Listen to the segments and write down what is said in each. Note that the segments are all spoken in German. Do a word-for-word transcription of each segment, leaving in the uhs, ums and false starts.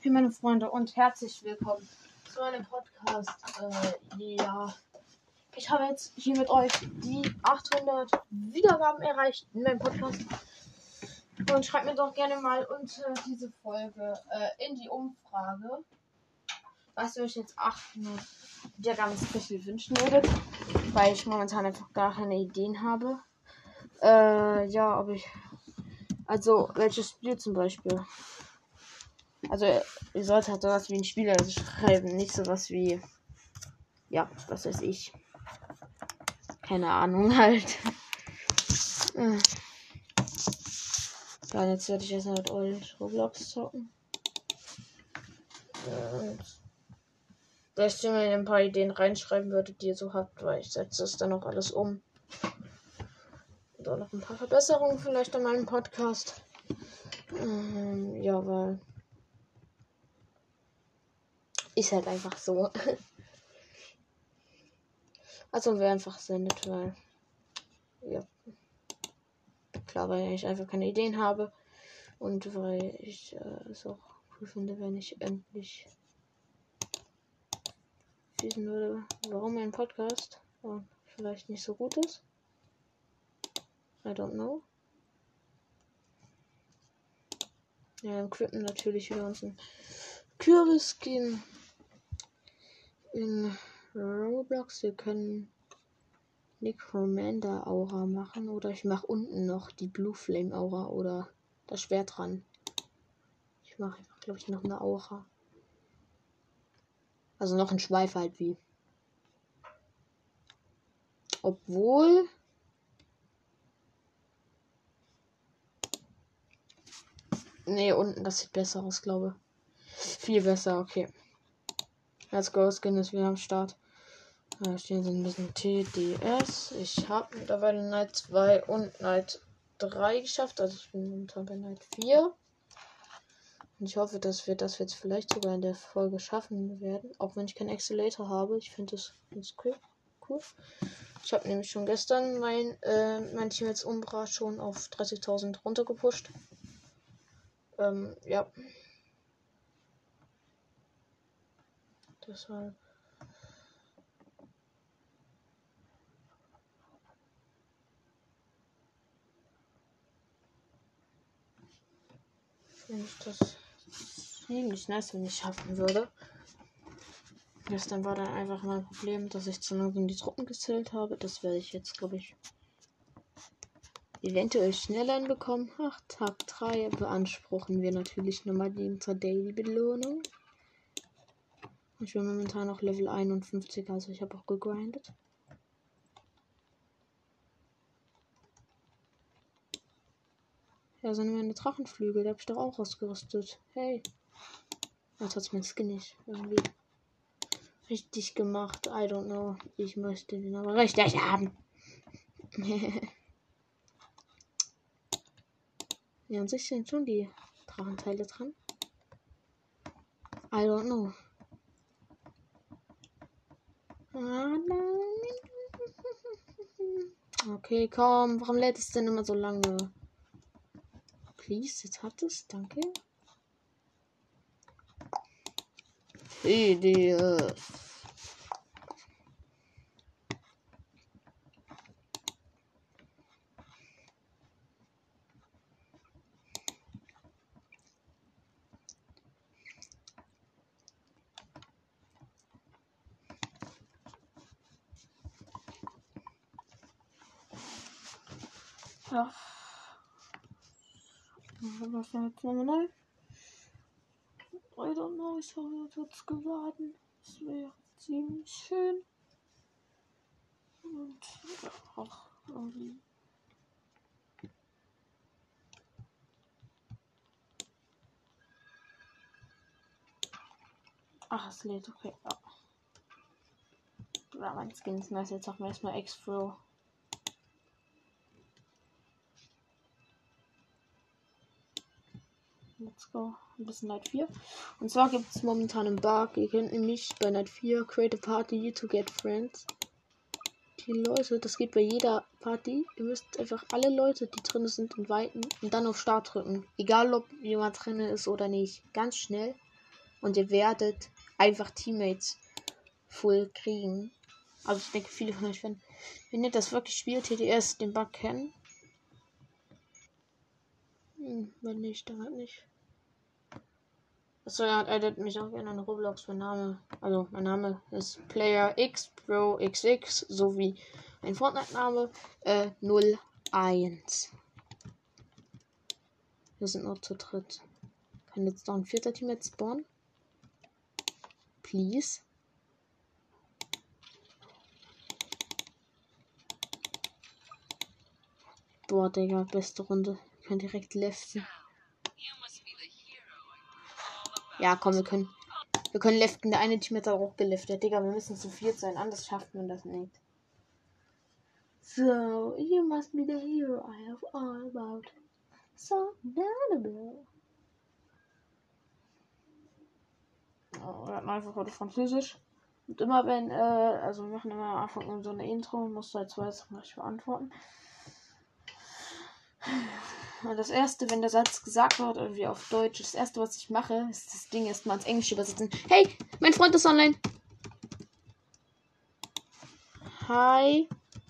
Hey meine Freunde und herzlich willkommen zu meinem Podcast. Äh, ja, ich habe jetzt hier mit euch die achthundert Wiedergaben erreicht in meinem Podcast. Und schreibt mir doch gerne mal unter diese Folge äh, in die Umfrage, was ihr euch jetzt achthundert Wiedergaben Special wünschen würdet, weil ich momentan einfach gar keine Ideen habe. Äh, ja, ob ich, also welches Spiel zum Beispiel. Also, ihr solltet halt sowas wie ein Spieler schreiben, nicht sowas wie, ja, was weiß ich. Keine Ahnung halt. Ja, jetzt werde ich jetzt halt euch Roblox zocken. Und dass ihr mir ein paar Ideen reinschreiben würdet, die ihr so habt, weil ich setze das dann noch alles um. Und auch noch ein paar Verbesserungen vielleicht an meinem Podcast. Ähm, ja, weil ist halt einfach so. Also wäre einfach sehr nett, weil ja. Klar, weil ich einfach keine Ideen habe. Und weil ich äh, es auch cool finde, wenn ich endlich wissen würde, warum mein Podcast äh, vielleicht nicht so gut ist. I don't know. Ja, dann equippen natürlich wieder unseren Kürbis-Skin in Roblox. Wir können Necromander Aura machen oder ich mache unten noch die Blue Flame Aura oder das Schwert dran. Ich mache einfach, glaube ich, noch eine Aura. Also noch ein Schweif halt wie. Obwohl. Nee, unten, das sieht besser aus, glaube ich. Viel besser, okay. Let's go, Skin ist wieder am Start. Da stehen sie ein bisschen T D S. Ich habe mittlerweile Night zwei und Night drei geschafft. Also ich bin momentan bei Night vier. Und ich hoffe, dass wir das jetzt vielleicht sogar in der Folge schaffen werden. Auch wenn ich keinen Accelerator habe. Ich finde das ganz cool. cool. Ich habe nämlich schon gestern mein, äh, mein Team jetzt Umbra schon auf dreißigtausend runtergepusht. Ähm, ja. Deshalb. Finde ich das ziemlich nice, wenn ich schaffen würde. Gestern war dann einfach mein Problem, dass ich zu langsam die Truppen gezählt habe. Das werde ich jetzt, glaube ich, eventuell schneller hinbekommen. Ach, Tag drei beanspruchen wir natürlich nochmal die unsere Daily-Belohnung. Ich bin momentan noch Level einundfünfzig, also ich habe auch gegrindet. Ja, sind meine Drachenflügel, der habe ich doch auch ausgerüstet. Hey. Jetzt hat's mein Skin nicht irgendwie richtig gemacht. I don't know. Ich möchte den aber richtig haben. Ja, an sich sind schon die Drachenteile dran. I don't know. Okay, komm. Warum lädt es denn immer so lange? Please, jetzt hat es. Danke. Idee. Ja. Was war jetzt nochmal neu? I don't know, ich habe jetzt geladen. Das wäre ziemlich schön. Und ja, auch irgendwie. Ach, es lädt, okay. Ja. Ja, mein Skin ist nice. Jetzt machen wir erstmal X-Throw. Let's go. Ein bisschen Night vier. Und zwar gibt es momentan einen Bug. Ihr könnt nämlich bei Night vier Create a Party to get friends. Die Leute, das geht bei jeder Party. Ihr müsst einfach alle Leute, die drin sind, inviten und dann auf Start drücken. Egal, ob jemand drin ist oder nicht. Ganz schnell. und ihr werdet einfach Teammates full kriegen. Also ich denke, viele von euch werden, wenn ihr das wirklich spielt, T D S den Bug kennen. Hm, wenn nicht, dann halt nicht. Achso, ja, addet mich auch gerne an Roblox. Mein Name, also mein Name ist Player X Pro X X sowie ein Fortnite-Name äh, null eins. Wir sind noch zu dritt. Kann jetzt noch ein vierter Team jetzt spawnen? Please. Boah, Digga, beste Runde. Ich kann direkt leften. Ja, komm, wir können. Wir können leften. Der eine Team hat auch geleftet. Digga, wir müssen zu viert sein. Anders schafft man das nicht. So, you must be the hero I have all about. So valuable. Oh, wir hatten einfach heute Französisch. Und immer wenn, äh, also wir machen immer am Anfang so eine Intro, musst du halt zwei Sachen richtig beantworten. Und das erste, wenn der Satz gesagt wird, irgendwie auf Deutsch, das erste, was ich mache, ist das Ding erstmal ins Englische übersetzen. Hey, mein Freund ist online. Hi.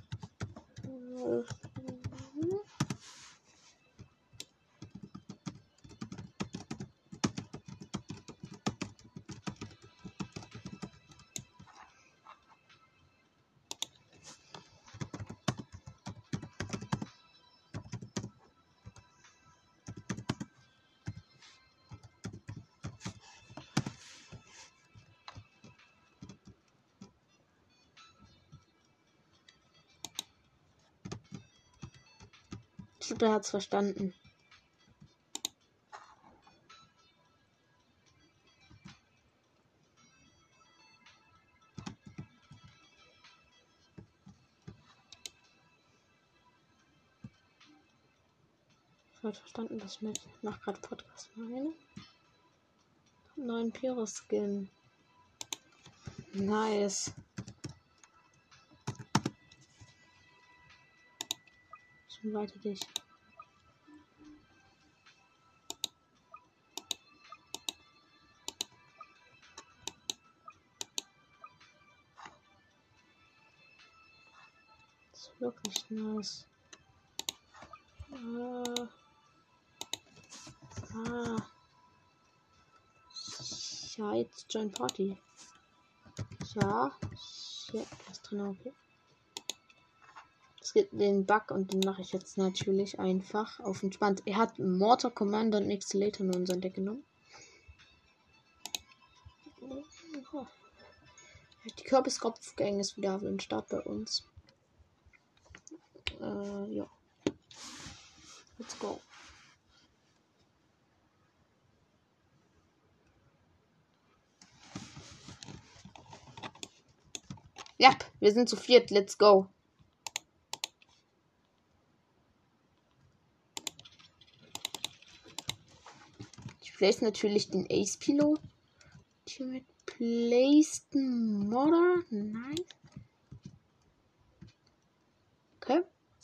Super, hat's verstanden. Ich habe verstanden, dass ich mit nach gerade Podcast meine. Neuen Pyro-Skin. Nice. Ich weiter dich. Das ist wirklich nice. Ah. Ah. Ja, jetzt Join Party. Ja. Ja, das drin, okay. Es gibt den Bug und den mache ich jetzt natürlich einfach auf entspannt. Er hat Mortar Commander und Mixelator nur in sein Deck genommen. Oh. Die Kürbiskopfgang ist wieder am Start bei uns. Äh, ja. Let's go. Ja, wir sind zu viert. Let's go. Ich place natürlich den Ace Pilot. Teammate placed Modder. Nice. Okay.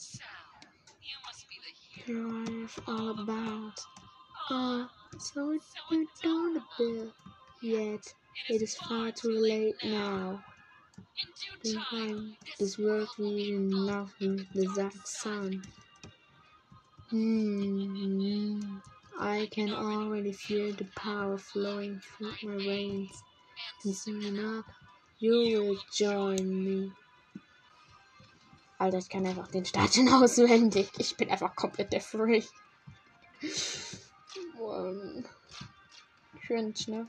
Drive all about. Uh, so you don't bill yet. It is far too late now. Behind this world we nothing the dark sun. Hmm. I can already feel the power flowing through my veins. And soon enough, you will join me. Alter, ich kann einfach den Start schon auswendig. Ich bin einfach komplett der Freak. Um, Cringe, ne?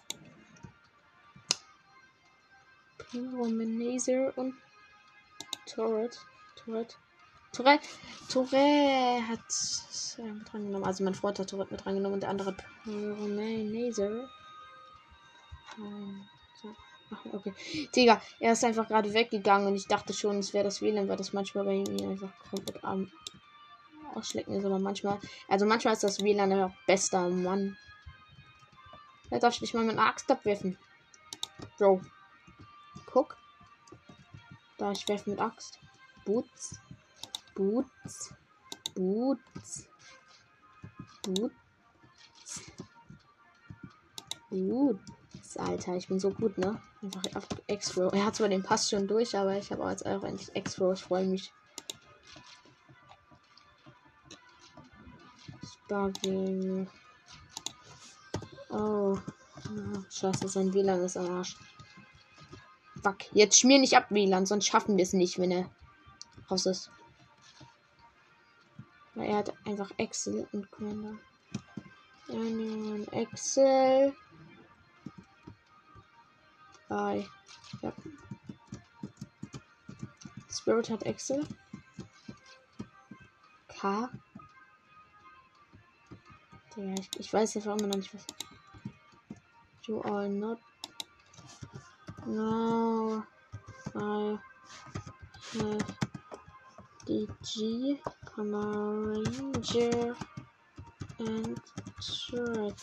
Pyromanacer und Turret. Turret. Turret. Turret hat äh, mit reingenommen. Also mein Freund hat Turret mit reingenommen und der andere Pyromanacer. Ähm, so. Ach, okay. Digga, er ist einfach gerade weggegangen und ich dachte schon, es wäre das W L A N, weil das manchmal bei ihm einfach komplett am Ausschlecken ist, aber manchmal. Also manchmal ist das W L A N einfach bester Mann. Da darf ich dich mal mit einer Axt abwerfen. Bro. Guck. Da, ich werfe mit Axt. Boots. Boots. Boots. Boots. Gut. Alter, ich bin so gut, ne? Einfach auf X-Row. Er hat zwar den Pass schon durch, aber ich habe auch jetzt auch endlich X-Row. Ich freue mich. Sparking. Oh. Oh. Scheiße, sein W L A N ist am Arsch. Fuck. Jetzt schmier nicht ab, W L A N, sonst schaffen wir es nicht, wenn er raus ist. Weil er hat einfach Excel und Commander. Ein Excel. Bye. Ja. Spirit hat Excel. K. Ja, ich, ich weiß jetzt auch immer noch nicht was. You are not. No. I have D G. Comma Ranger. And Turret.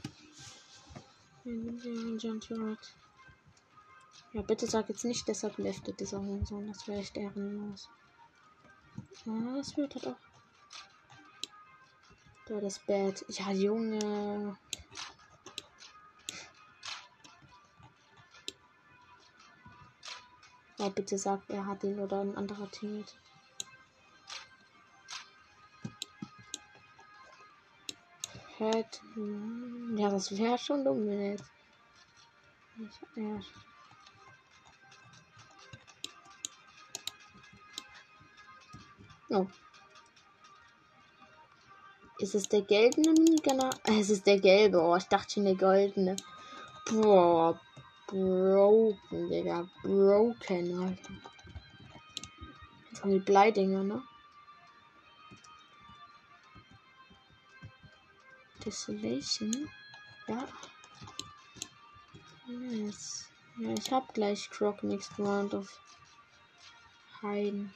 Ranger und Turret. Ja, bitte sag jetzt nicht, deshalb leftet dieser Hurensohn. Das wäre echt ehrenlos. Ah, das wird halt auch. Ja, das Bad. Ja, Junge. Ja, bitte sag, er hat ihn oder ein anderer Teammate. Hat. Ja, das wäre schon dumm, wenn jetzt. Ich, ja. Oh. Ist es der gelbe Minigunner? Es ist der gelbe. Oh, ich dachte schon der goldene. Boah. Broken, Digga. Broken, Alter. Jetzt haben die Bleidinger, ne? Desolation. Ja. Yes. Ja, ich hab gleich Croc next round auf Heiden.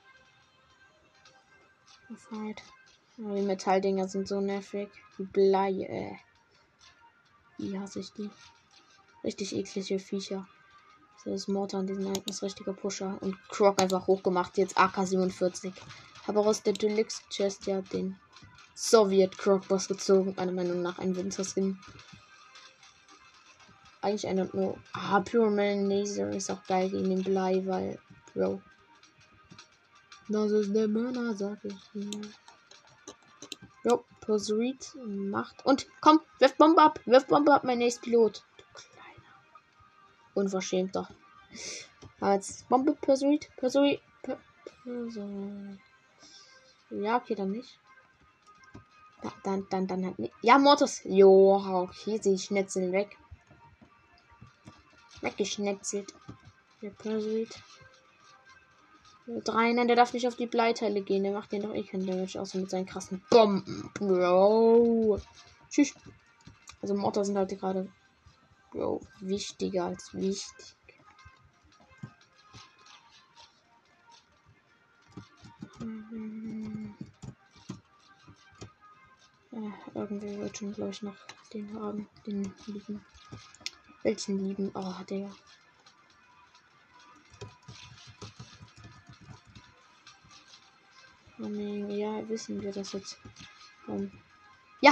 Auf Heid. Oh, die Metalldinger sind so nervig. Die Blei, äh. Wie hasse ich die? Richtig eklige Viecher. So ist Mortan, die sind ein richtiger Pusher. Und Croc einfach hochgemacht. Jetzt A K siebenundvierzig. Habe auch aus der Deluxe Chest ja den Sowjet Croc Boss gezogen. Meiner Meinung nach ein Winterskin. Eigentlich einer nur. Ah, Pure Laser ist auch geil gegen den Blei, weil. Bro. Das ist der Mörder, sag ich hier. Jo, Pursuit macht. Und komm, wirf Bombe ab. Wirf Bombe ab, mein nächster Pilot. Du kleiner. Unverschämter. Aber jetzt Bombe, Pursuit, Pursuit. Pursuit. Ja, okay, dann nicht. Da, dann, dann, dann halt nicht. Ja, Mortis. Jo, okay, sie schnetzeln weg. Weggeschnetzelt. Der Pursuit. Drei, nein, der darf nicht auf die Bleiteile gehen. Der macht den doch eh keinen Damage, außer mit seinen krassen Bomben. Bro. Tschüss. Also Mortar sind halt gerade, Bro, wichtiger als wichtig. Mhm. Ja, irgendwie wird schon, glaube ich, noch den haben. Den lieben. Welchen lieben? Oh, der. Oh, nee, ja, wissen wir das jetzt. Um, ja!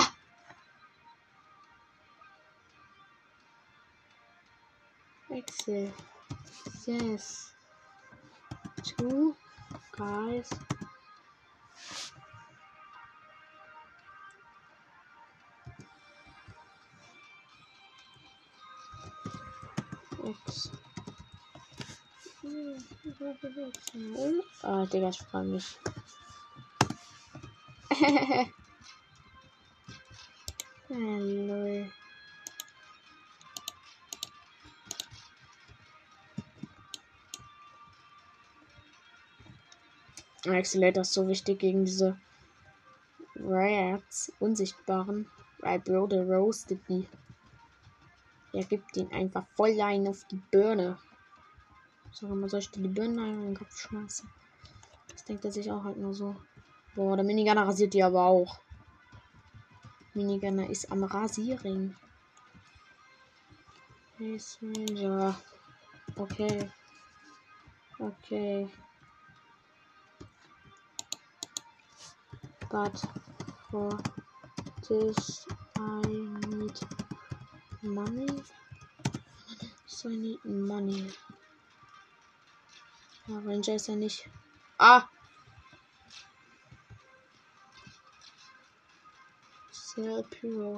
Excel. Yes. Two guys. X. Ah, Digga, ich freu mich. Hallo. Accelerator ist so wichtig gegen diese Rats, unsichtbaren. Weil Bro, der roastet die. Er gibt ihn einfach voll ein auf die Birne. Sag mal, soll ich dir die Birne in den Kopf schmeißen? Das denkt er sich auch halt nur so. Boah, der Minigunner rasiert die aber auch. Minigunner ist am Rasieren. Ace Ranger. Okay. Okay. But for this I need Money. So I need money. Ja, Ranger ist ja nicht. Ah! Sell Pyro.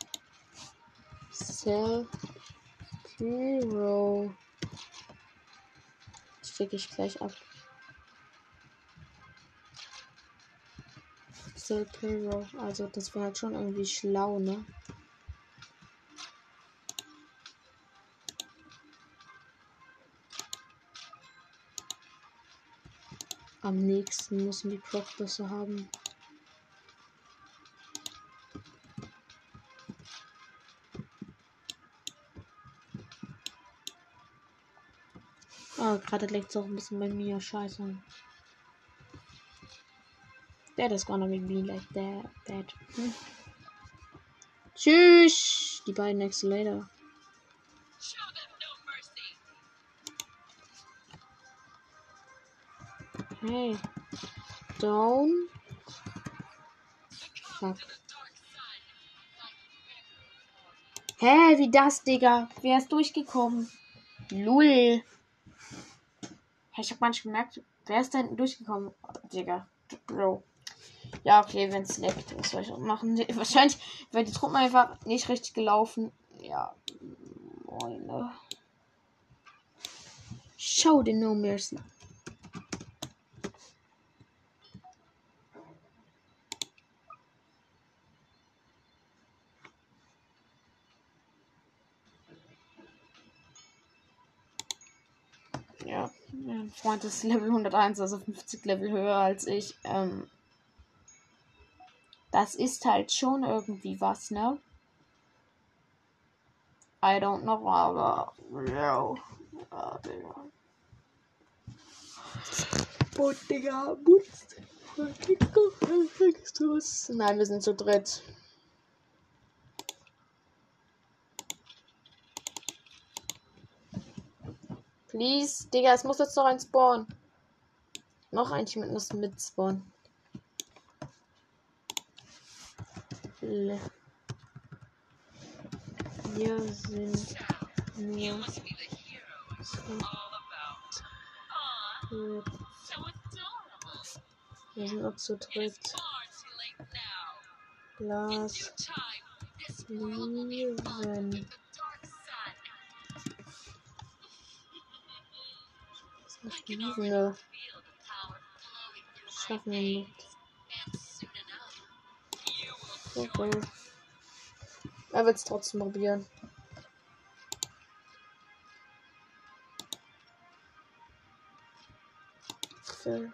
Sell Pyro. Das schicke ich gleich ab. Sell Pyro. Also das wäre halt schon irgendwie schlau, ne? Am nächsten müssen die Proc-Busse haben. Oh, gerade leckt es auch ein bisschen bei mir. Scheiße. That is gonna make me like that. that. Hm. Tschüss! Die beiden Accelerator. Hey. Down. Fuck. Hä, wie das, Digga? Wer ist durchgekommen? Lul. Ich hab manchmal gemerkt, wer ist denn durchgekommen? Digga. Bro. Ja, okay, wenn es leckt, was soll ich auch machen? Wahrscheinlich, weil die Truppen einfach nicht richtig gelaufen. Ja. Moine. Show the no mercy. Ja, mein Freund ist Level hunderteins, also fünfzig Level höher als ich. Ähm, das ist halt schon irgendwie was, ne? I don't know, aber ja. Ja, Digga. Oh, Digga, Butz. Nein, wir sind zu dritt. Please, Digga, es muss jetzt noch ein Spawn. Noch ein Team muss mit Spawn. Wir sind nur zu dritt. Wir sind noch zu dritt. Glas. Lieben. Das Lieben. Schaffen wir nicht. Okay. Er wird es trotzdem probieren. Okay.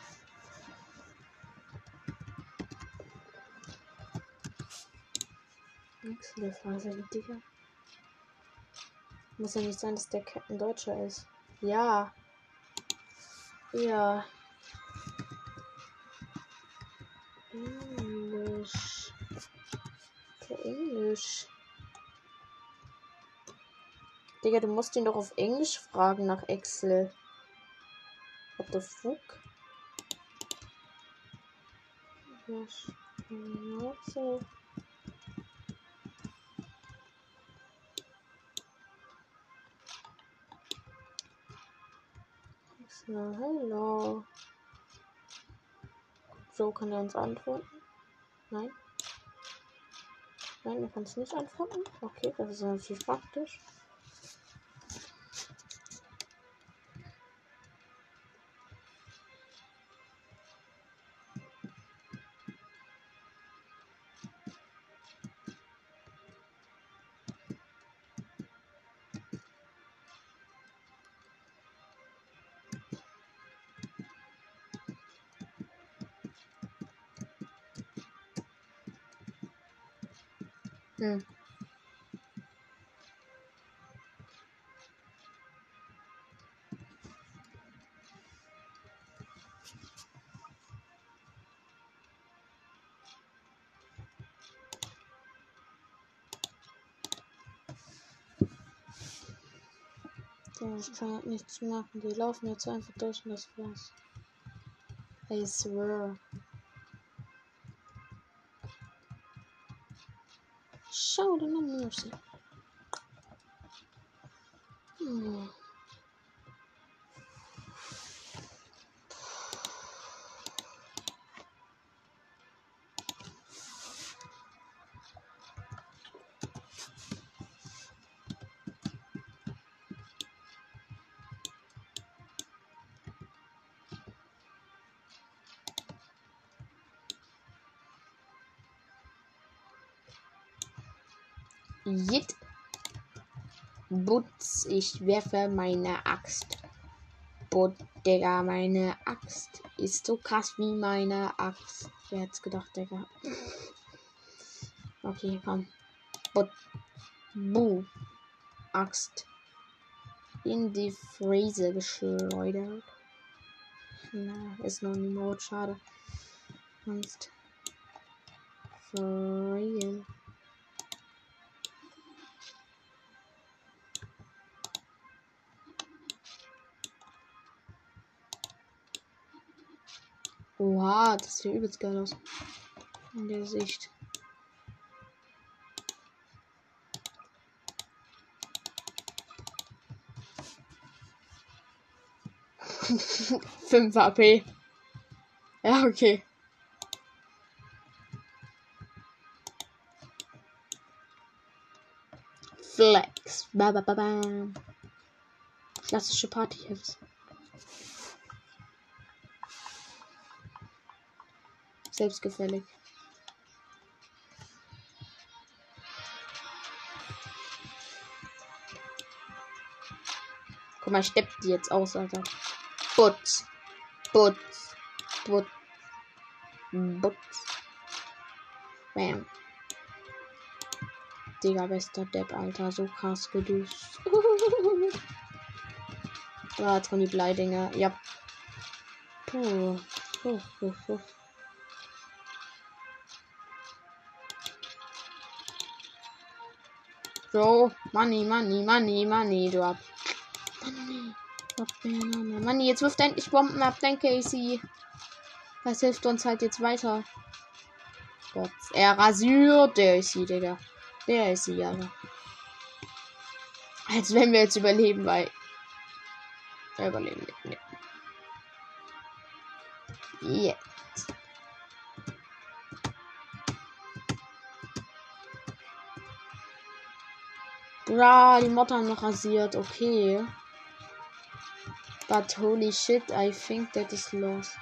Nächste Phase, Digga. Muss ja nicht sein, dass der Captain Deutscher ist. Ja. Ja. Englisch. Für Englisch. Digga, du musst ihn doch auf Englisch fragen nach Excel. What the fuck? So. Excel, hello. So kann er uns antworten. Nein. Nein, er kann es nicht antworten. Okay, das ist natürlich praktisch. Hm. Ich kann halt nichts machen. Die laufen jetzt einfach durch und das war's. I swear. Show the no mercy. Jit. Butz, ich werfe meine Axt. But, Digga, meine Axt ist so krass wie meine Axt. Wer hätte es gedacht, Digga? Okay, komm. But, Bu. Axt. In die Fräse geschleudert. Na, ist noch ein Mode, schade. Sonst. Fräse. Oha, das sieht übelst geil aus. In der Sicht. fünf H P. Ja, okay. Flex. Ba, ba, ba, ba. Klassische Party-Hits. Selbstgefällig. Guck mal, ich stepp die jetzt aus, Alter. Putz. Putz. Putz. Putz. Bam. Digga, bester Depp, Alter. So krass gedüst. Ah, jetzt kommen die Bleidinger. Ja. Puh. Puh, puh, puh. So, Money, Money, Money, Money, du ab. Money. Money, jetzt wirft endlich Bomben ab, danke, A C. Das hilft uns halt jetzt weiter. Gott, er rasiert der A C, Digga. Der A C, Alter. Als wenn wir jetzt überleben, weil. Wir überleben nicht. Nee. Jetzt. Bra, die Mutter haben noch rasiert, okay. But holy shit, I think that is lost.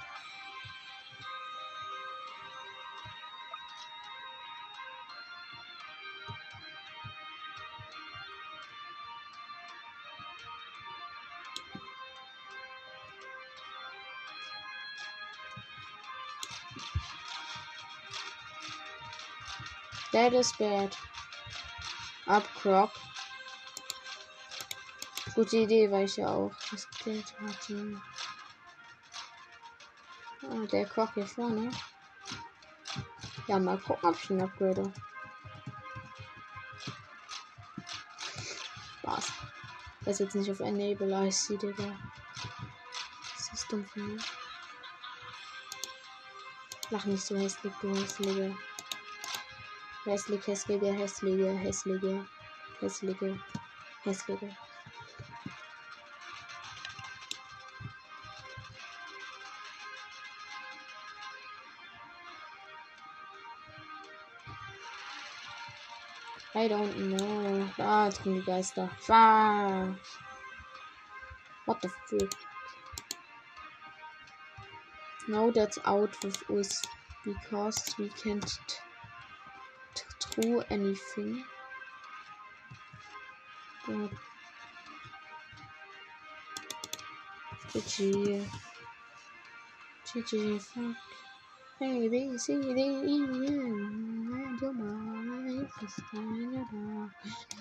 That is bad. Up, Croc. Gute Idee, weil ich ja auch das Geld hatte. Ah, der Croc hier vorne. Ja, mal gucken, ob ich ihn upgrade. Spaß. Das ist jetzt nicht auf Enable I C, Digga. Das ist dumm von mir. Lach nicht so hässlich, du hässliche. Hässlich, hässliche, hässliche, hässliche, hässliche, hässliche. I don't know. Ah, jetzt kommen die Geister. Ah. What the fuck? No, that's out with us because we can't throw anything. But G G. G G, fuck. A, B, C, D, E, F. And your life is kind of dark.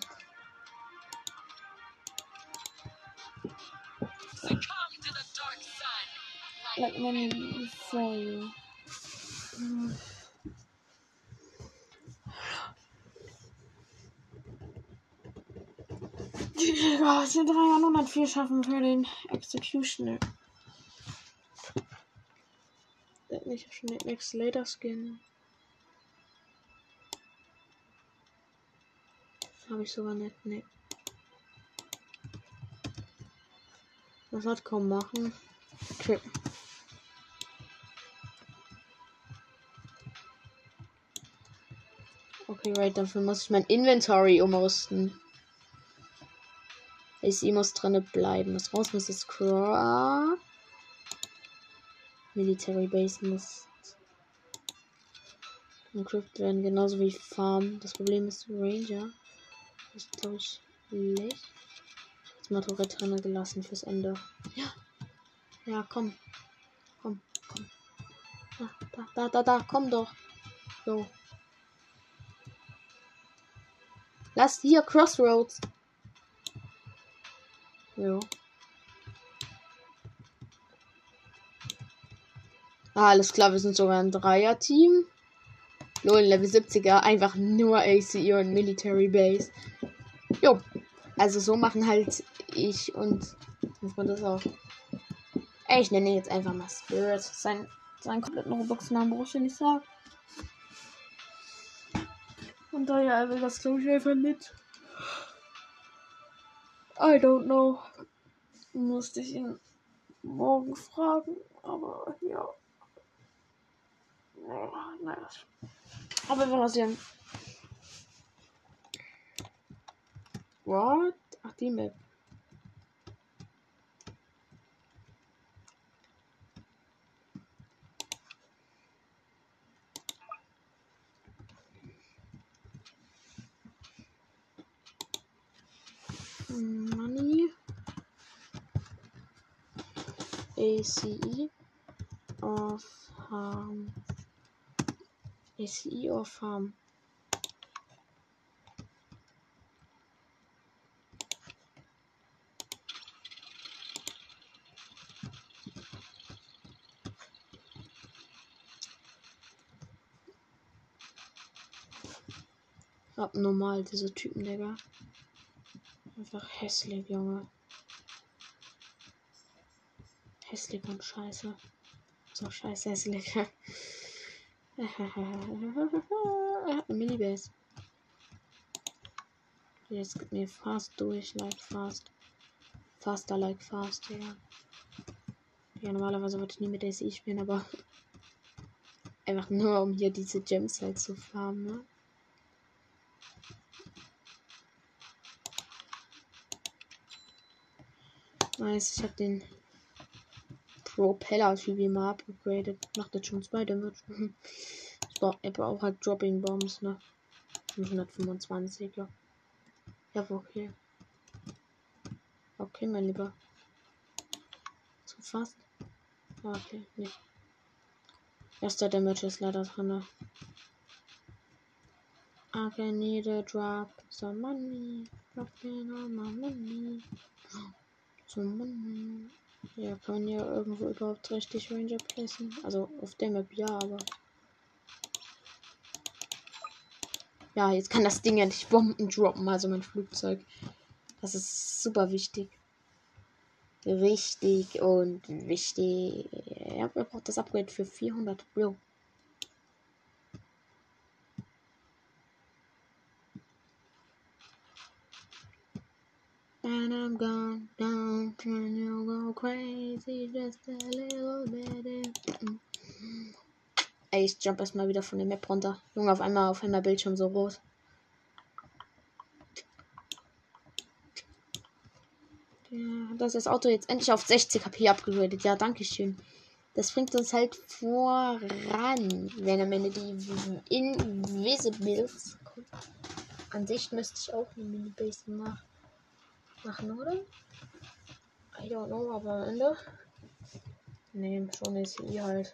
Like money for you. Ja, es sind dreihundertvier schaffen für den Executioner. Der hat nicht schon den Next Later Skin. Habe ich sogar nicht, ne. Das hat kaum machen. Okay. Okay, right, dafür muss ich mein Inventory umrüsten. Ich muss drinne bleiben. Was raus muss, ist Craw. Military Base muss encrypted werden, genauso wie Farm. Das Problem ist Ranger. Das ist, glaube ich, schlecht. Jetzt mal Returner gelassen fürs Ende. Ja. Ja, komm. Komm, komm. Da, da, da, da, da, komm doch. So. Lass hier Crossroads. Jo. Ah, alles klar, wir sind sogar ein Dreier-Team. Lol, Level siebziger, einfach nur A C E und Military Base. Jo. Also so machen halt ich und muss man das auch. Ey, ich nenne ihn jetzt einfach mal Spirit. Sein, seinen kompletten Roblox-Namen brauche ich ja nicht sagen. Und daher er will das glaube ich einfach nicht. I don't know. Musste ich ihn morgen fragen, aber ja. Naja, naja. Aber wir sehen. What? Ach, die Map. Money. A C E of Farm. A C E of Farm. Abnormal, diese Typen, Digga. Einfach hässlich, Junge. Hässlich und scheiße. So scheiße hässlich. Minibase. Jetzt geht mir fast durch, like fast. Faster like fast, ja. Ja, normalerweise wollte ich nie mit A C I spielen, aber einfach nur um hier diese Gems halt zu farmen, ne? Nice, ich hab den Propeller-Typ mal upgraded. Macht jetzt schon zwei Damage. Er braucht halt Dropping Bombs, ne? hundertfünfundzwanzig, ja. Ja, okay. Okay, mein Lieber. Zu fast. Okay, nicht. Erster Damage ist leider drin. I need a drop some money. Dropping all my money. Some money. Ja, kann man hier irgendwo überhaupt richtig Ranger placen? Also auf der Map ja, aber. Ja, jetzt kann das Ding ja nicht Bomben droppen, also mein Flugzeug. Das ist super wichtig. Richtig und wichtig. Ja, er braucht das Upgrade für vierhundert. Bro. And I'm gone down, and you go crazy just a little bit. Ey, ich jump erstmal wieder von der Map runter. Junge, auf einmal auf einmal Bildschirm so rot. Ja, das ist das Auto jetzt endlich auf sechzig K P abgegradet. Ja, danke schön. Das bringt uns halt voran, wenn am Ende die Invisibles kommt. An sich müsste ich auch eine Mini-Base machen. machen, oder? I don't know, aber am Ende. Nee, schon ist sie halt.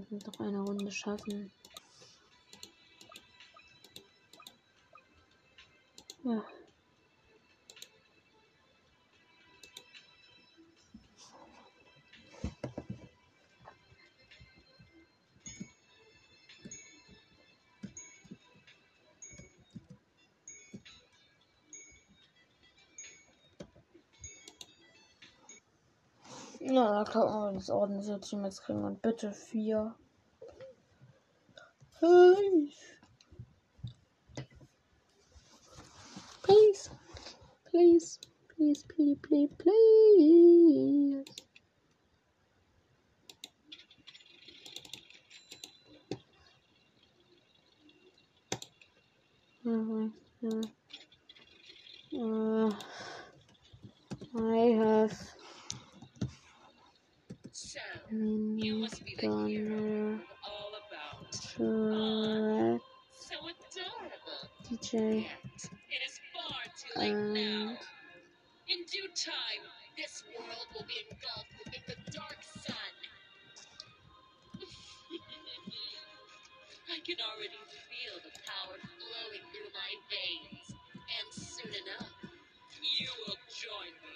noch eine Runde schaffen. Ja. Ja, da kann man das ordentliche Team jetzt kriegen und bitte vier. Please. Please. Please. Please, please, please, please. Uh, I have So, you must be the hero all about. Shrek, So adorable. D J, Yet, it is far too late now. and In due time, this world will be engulfed within the dark sun. I can already feel the power flowing through my veins. And soon enough, you will join me.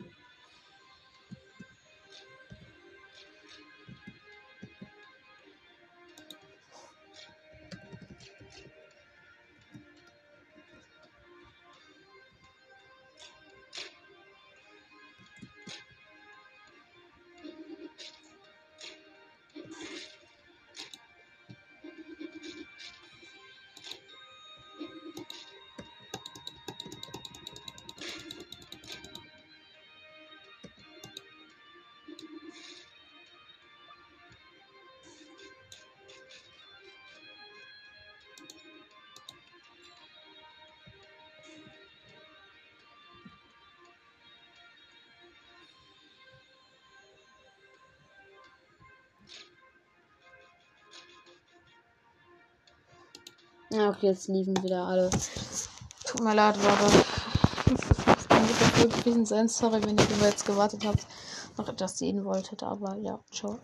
ja, okay, jetzt liefen wieder alle. Tut mir leid, Leute. Das kann wirklich gewesen sein. Sorry, wenn ihr jetzt gewartet habt, noch etwas sehen wolltet, aber ja, ciao.